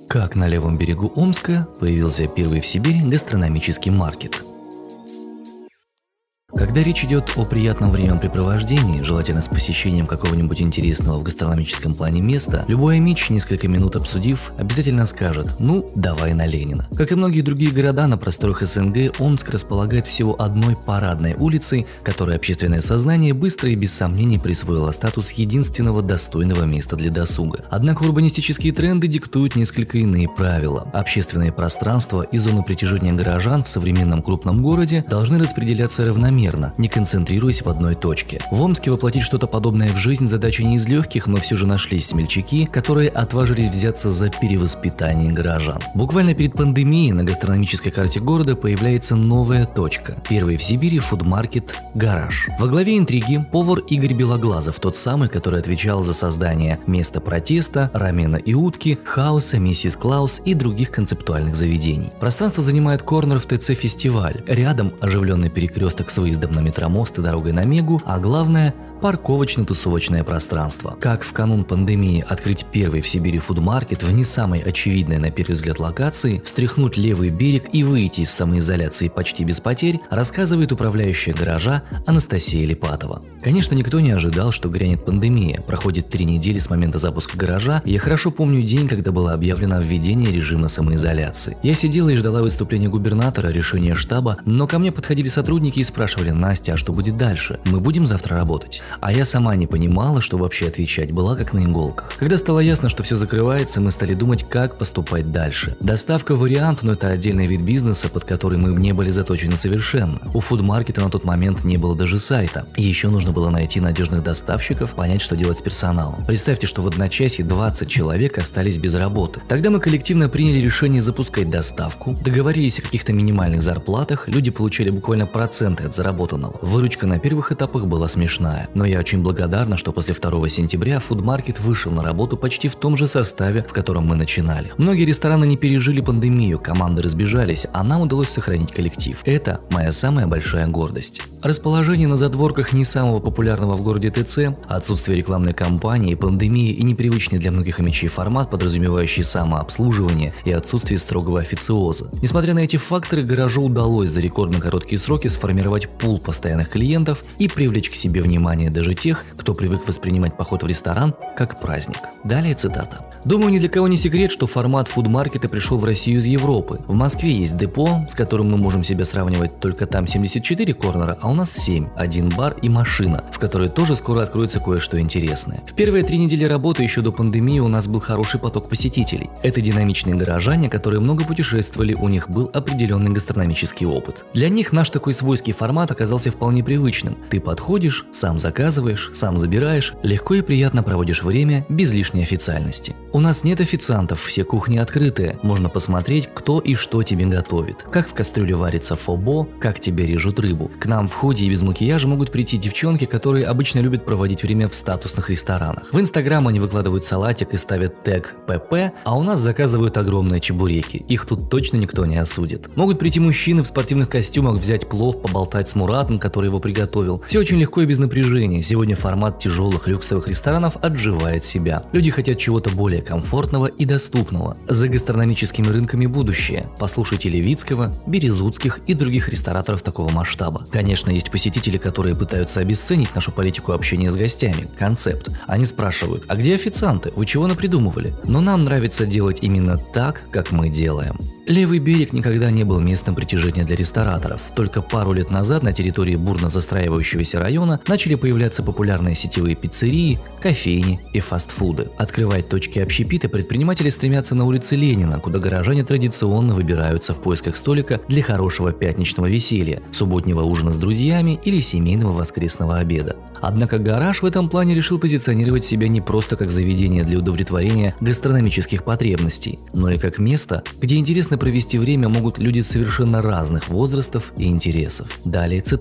Как на левом берегу Омска появился первый в Сибири гастрономический маркет. Когда речь идет о приятном времяпрепровождении, желательно с посещением какого-нибудь интересного в гастрономическом плане места, любой амич, несколько минут обсудив, обязательно скажет: ну, давай на Ленина. Как и многие другие города на просторах СНГ, Омск располагает всего одной парадной улицей, которой общественное сознание быстро и без сомнений присвоило статус единственного достойного места для досуга. Однако урбанистические тренды диктуют несколько иные правила. Общественные пространства и зоны притяжения горожан в современном крупном городе должны распределяться равномерно, не концентрируясь в одной точке. В Омске воплотить что-то подобное в жизнь задача не из легких, но все же нашлись смельчаки, которые отважились взяться за перевоспитание горожан. Буквально перед пандемией на гастрономической карте города появляется новая точка. Первый в Сибири фудмаркет «Гараж». Во главе интриги повар Игорь Белоглазов, тот самый, который отвечал за создание места протеста, рамена и утки, хаоса, миссис Клаус и других концептуальных заведений. Пространство занимает корнер в ТЦ «Фестиваль». Рядом оживленный перекресток с выездом на метромост и дорогой на Мегу, а главное – парковочно-тусовочное пространство. Как в канун пандемии открыть первый в Сибири фудмаркет в не самой очевидной на первый взгляд локации, встряхнуть левый берег и выйти из самоизоляции почти без потерь, рассказывает управляющая гаража Анастасия Липатова. Конечно, никто не ожидал, что грянет пандемия. Проходит 3 недели с момента запуска гаража, и я хорошо помню день, когда было объявлено введение режима самоизоляции. Я сидела и ждала выступления губернатора, решения штаба, но ко мне подходили сотрудники и спрашивали: Настя, а что будет дальше? Мы будем завтра работать? А я сама не понимала, что вообще отвечать, была как на иголках. Когда стало ясно, что все закрывается, мы стали думать, как поступать дальше. Доставка вариант, но это отдельный вид бизнеса, под который мы не были заточены совершенно. У фудмаркета на тот момент не было даже сайта. И еще нужно было найти надежных доставщиков, понять, что делать с персоналом. Представьте, что в одночасье 20 человек остались без работы. Тогда мы коллективно приняли решение запускать доставку, договорились о каких-то минимальных зарплатах, люди получали буквально проценты от заработанного. Выручка на первых этапах была смешная. Но я очень благодарна, что после 2 сентября фудмаркет вышел на работу почти в том же составе, в котором мы начинали. Многие рестораны не пережили пандемию, команды разбежались, а нам удалось сохранить коллектив. Это моя самая большая гордость. Расположение на задворках не самого популярного в городе ТЦ, отсутствие рекламной кампании, пандемия и непривычный для многих амичей формат, подразумевающий самообслуживание и отсутствие строгого официоза. Несмотря на эти факторы, гаражу удалось за рекордно короткие сроки сформировать пул постоянных клиентов и привлечь к себе внимание даже тех, кто привык воспринимать поход в ресторан как праздник. Далее цитата. Думаю, ни для кого не секрет, что формат фудмаркета пришел в Россию из Европы. В Москве есть депо, с которым мы можем себя сравнивать, только там 74 корнера, а у нас 7, 1 бар и машина, в которой тоже скоро откроется кое-что интересное. В первые 3 недели работы еще до пандемии у нас был хороший поток посетителей. Это динамичные горожане, которые много путешествовали, у них был определенный гастрономический опыт. Для них наш такой свойский формат оказался вполне привычным. Ты подходишь, сам заказываешь, сам забираешь, легко и приятно проводишь время без лишней официальности. У нас нет официантов, все кухни открытые, можно посмотреть, кто и что тебе готовит, как в кастрюле варится фобо, как тебе режут рыбу. К нам в ходе и без макияжа могут прийти девчонки, которые обычно любят проводить время в статусных ресторанах. В Инстаграм они выкладывают салатик и ставят тег ПП, а у нас заказывают огромные чебуреки, их тут точно никто не осудит. Могут прийти мужчины в спортивных костюмах, взять плов, поболтать с Муратом, который его приготовил. Все очень легко и без напряжения. Сегодня формат тяжелых люксовых ресторанов отживает себя. Люди хотят чего-то более комфортного и доступного. За гастрономическими рынками будущее. Послушайте Левицкого, Березутских и других рестораторов такого масштаба. Конечно, есть посетители, которые пытаются обесценить нашу политику общения с гостями, концепт. Они спрашивают: а где официанты? Вы чего напридумывали? Но нам нравится делать именно так, как мы делаем. Левый берег никогда не был местом притяжения для рестораторов. Только пару лет назад на территории бурно застраивающегося района начали появляться популярные сетевые пиццерии, кофейни и фастфуды. Открывать точки общепита предприниматели стремятся на улице Ленина, куда горожане традиционно выбираются в поисках столика для хорошего пятничного веселья, субботнего ужина с друзьями или семейного воскресного обеда. Однако гараж в этом плане решил позиционировать себя не просто как заведение для удовлетворения гастрономических потребностей, но и как место, где интересно провести время могут люди совершенно разных возрастов и интересов. Далее цитата.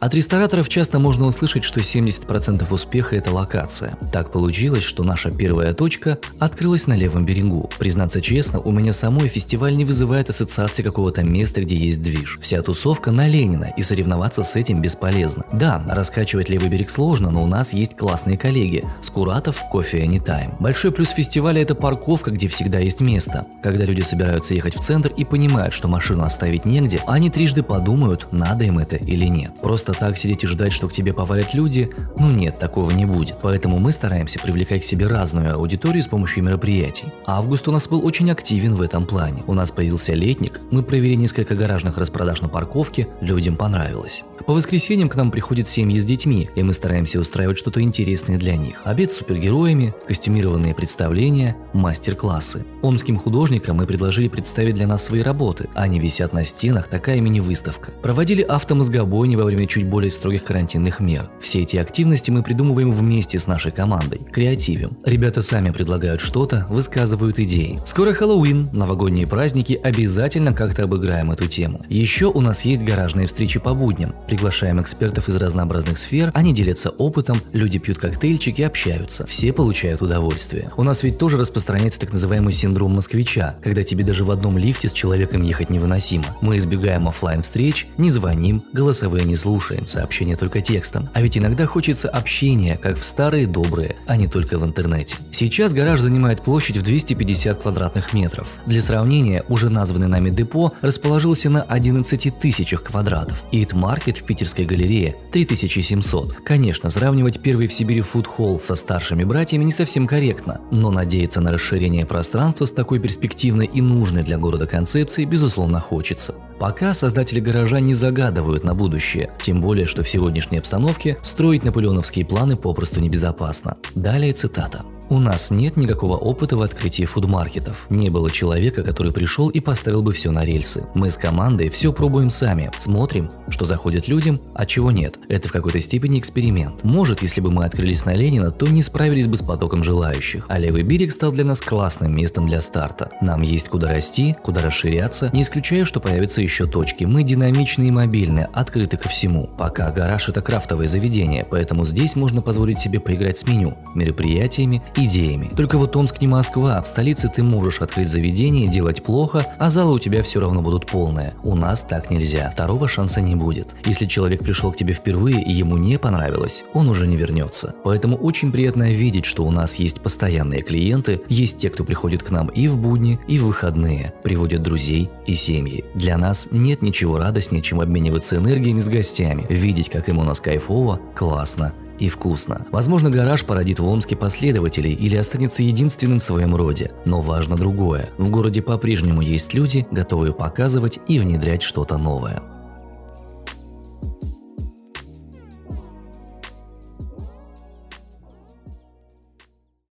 От рестораторов часто можно услышать, что 70% успеха – это локация. Так получилось, что наша первая точка открылась на левом берегу. Признаться честно, у меня самой фестиваль не вызывает ассоциации какого-то места, где есть движ. Вся тусовка на Ленина, и соревноваться с этим бесполезно. Да, раскачивать левый берег сложно, но у нас есть классные коллеги. Скуратов, Coffee Anytime. Большой плюс фестиваля – это парковка, где всегда есть место. Когда люди собираются ехать в центр и понимают, что машину оставить негде, они трижды подумают, надо им это или нет. Просто так сидеть и ждать, что к тебе повалят люди, нет, такого не будет. Поэтому мы стараемся привлекать к себе разную аудиторию с помощью мероприятий. Август у нас был очень активен в этом плане. У нас появился летник, мы провели несколько гаражных распродаж на парковке, людям понравилось. По воскресеньям к нам приходят семьи с детьми, и мы стараемся устраивать что-то интересное для них. Обед с супергероями, костюмированные представления, мастер-классы. Омским художникам мы предложили представить для нас свои работы. Они висят на стенах, такая мини-выставка. Проводили автомозгобойни во время чуть более строгих карантинных мер. Все эти активности мы придумываем вместе с нашей командой, креативим. Ребята сами предлагают что-то, высказывают идеи. Скоро Хэллоуин, новогодние праздники, обязательно как-то обыграем эту тему. Еще у нас есть гаражные встречи по будням. Приглашаем экспертов из разнообразных сфер, они делятся опытом, люди пьют коктейльчики, общаются. Все получают удовольствие. У нас ведь тоже распространяется так называемый синдром москвича, когда тебе даже в одном лифте с человеком ехать невыносимо. Мы избегаем офлайн встреч, не звоним, голосовые не слушаем, сообщения только текстом. А ведь иногда хочется общения, как в старые добрые, а не только в интернете. Сейчас гараж занимает площадь в 250 квадратных метров. Для сравнения, уже названный нами депо расположился на 11 тысячах квадратов. Eat Market в Питерской галерее 3700. Конечно, сравнивать первый в Сибири фуд-холл со старшими братьями не совсем корректно, но надеяться на расширение пространства с такой перспективной и нужной для города концепцией, безусловно, хочется. Пока создатели гаража не загадывают на будущее, тем более, что в сегодняшней обстановке строить наполеоновские планы попросту небезопасно. Далее цитата. У нас нет никакого опыта в открытии фудмаркетов. Не было человека, который пришел и поставил бы все на рельсы. Мы с командой все пробуем сами, смотрим, что заходит людям, а чего нет. Это в какой-то степени эксперимент. Может, если бы мы открылись на Ленина, то не справились бы с потоком желающих. А левый берег стал для нас классным местом для старта. Нам есть куда расти, куда расширяться. Не исключаю, что появятся еще точки. Мы динамичны и мобильны, открыты ко всему. Пока гараж – это крафтовое заведение, поэтому здесь можно позволить себе поиграть с меню, мероприятиями, идеями. Только вот Омск не Москва, в столице ты можешь открыть заведение, делать плохо, а залы у тебя все равно будут полные. У нас так нельзя, второго шанса не будет. Если человек пришел к тебе впервые и ему не понравилось, он уже не вернется. Поэтому очень приятно видеть, что у нас есть постоянные клиенты, есть те, кто приходит к нам и в будни, и в выходные, приводят друзей и семьи. Для нас нет ничего радостнее, чем обмениваться энергиями с гостями, видеть, как им у нас кайфово, классно и вкусно. Возможно, гараж породит в Омске последователей или останется единственным в своем роде. Но важно другое. В городе по-прежнему есть люди, готовые показывать и внедрять что-то новое.